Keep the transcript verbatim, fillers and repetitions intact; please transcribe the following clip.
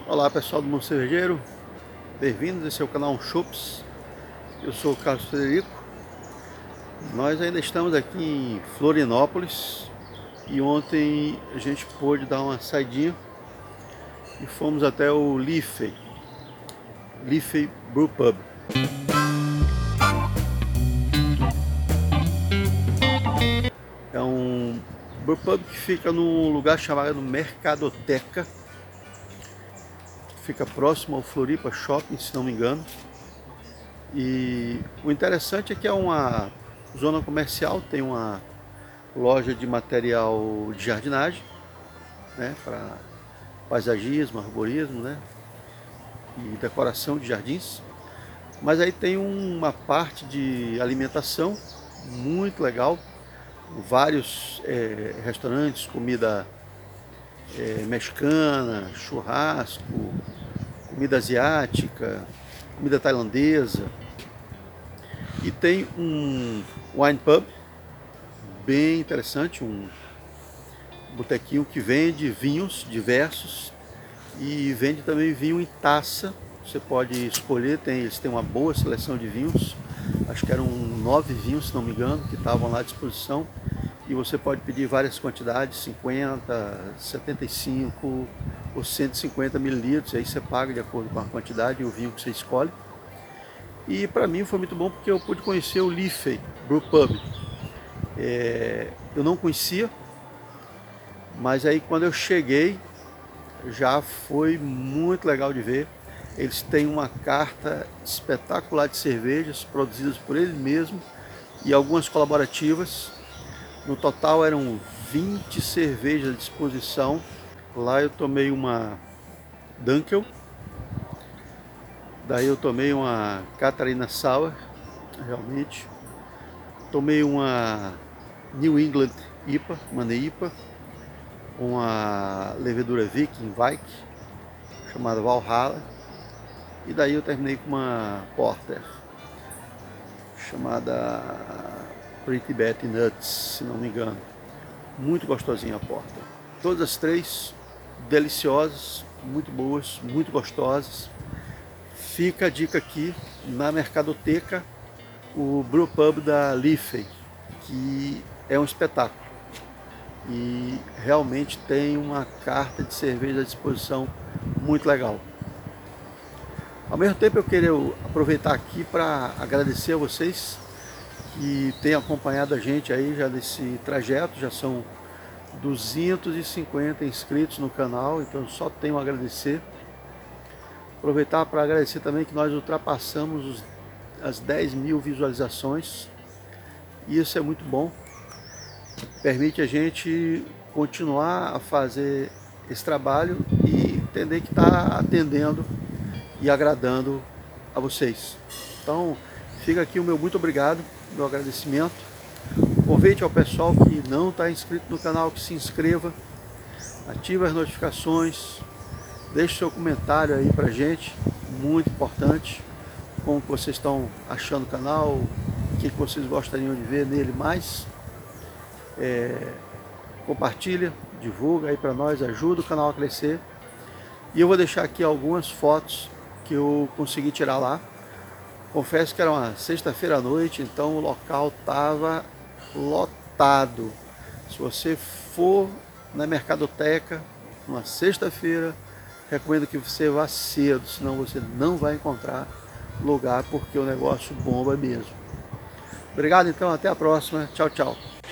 Olá pessoal do Mundo Cervejeiro, bem-vindos, esse é o canal Chops. Eu sou o Carlos Frederico. Nós ainda estamos aqui em Florianópolis e ontem a gente pôde dar uma saidinha e fomos até o Liffey, Liffey Brew Pub. É um brew pub que fica num lugar chamado Mercadoteca. Fica próximo ao Floripa Shopping, se não me engano. E o interessante é que é uma zona comercial, tem uma loja de material de jardinagem, né, para paisagismo, arborismo, né, e decoração de jardins. Mas aí tem uma parte de alimentação muito legal, vários é, restaurantes, comida é, mexicana, churrasco, comida asiática, comida tailandesa. E tem um wine pub bem interessante, um botequinho que vende vinhos diversos e vende também vinho em taça. Você pode escolher, tem, eles têm uma boa seleção de vinhos, acho que eram nove vinhos, se não me engano, que estavam lá à disposição. E você pode pedir várias quantidades, cinquenta, setenta e cinco ou cento e cinquenta mililitros, aí você paga de acordo com a quantidade e o vinho que você escolhe. E para mim foi muito bom porque eu pude conhecer o Liffey Brew Pub. É, eu não conhecia, mas aí quando eu cheguei já foi muito legal de ver. Eles têm uma carta espetacular de cervejas produzidas por ele mesmo e algumas colaborativas. No total eram vinte cervejas à disposição. Lá eu tomei uma Dunkel, daí eu tomei uma Catarina Sour, realmente. Tomei uma New England I P A, uma N E I P A, uma levedura Viking Vike, chamada Valhalla. E daí eu terminei com uma Porter, chamada Pretty Betty Nuts, se não me engano. Muito gostosinha a Porter. Todas as três deliciosas, muito boas, muito gostosas. Fica a dica aqui na Mercadoteca, o Brew Pub da Liffey, que é um espetáculo. E realmente tem uma carta de cerveja à disposição muito legal. Ao mesmo tempo eu queria aproveitar aqui para agradecer a vocês que têm acompanhado a gente aí já nesse trajeto. Já são duzentos e cinquenta inscritos no canal, então eu só tenho a agradecer. Aproveitar para agradecer também que nós ultrapassamos os, as dez mil visualizações. E isso é muito bom. Permite a gente continuar a fazer esse trabalho e entender que está atendendo e agradando a vocês. Então fica aqui o meu muito obrigado, meu agradecimento. Convite ao pessoal que não está inscrito no canal que se inscreva, ative as notificações, deixe seu comentário aí pra gente, muito importante, como que vocês estão achando o canal, o que vocês gostariam de ver nele mais. É, compartilha, divulga aí para nós, ajuda o canal a crescer. E eu vou deixar aqui algumas fotos que eu consegui tirar lá. Confesso que era uma sexta-feira à noite, então o local estava lotado. Se você for na Mercadoteca numa sexta-feira, recomendo que você vá cedo, senão você não vai encontrar lugar, porque o negócio bomba mesmo. Obrigado então, até a próxima. Tchau, tchau.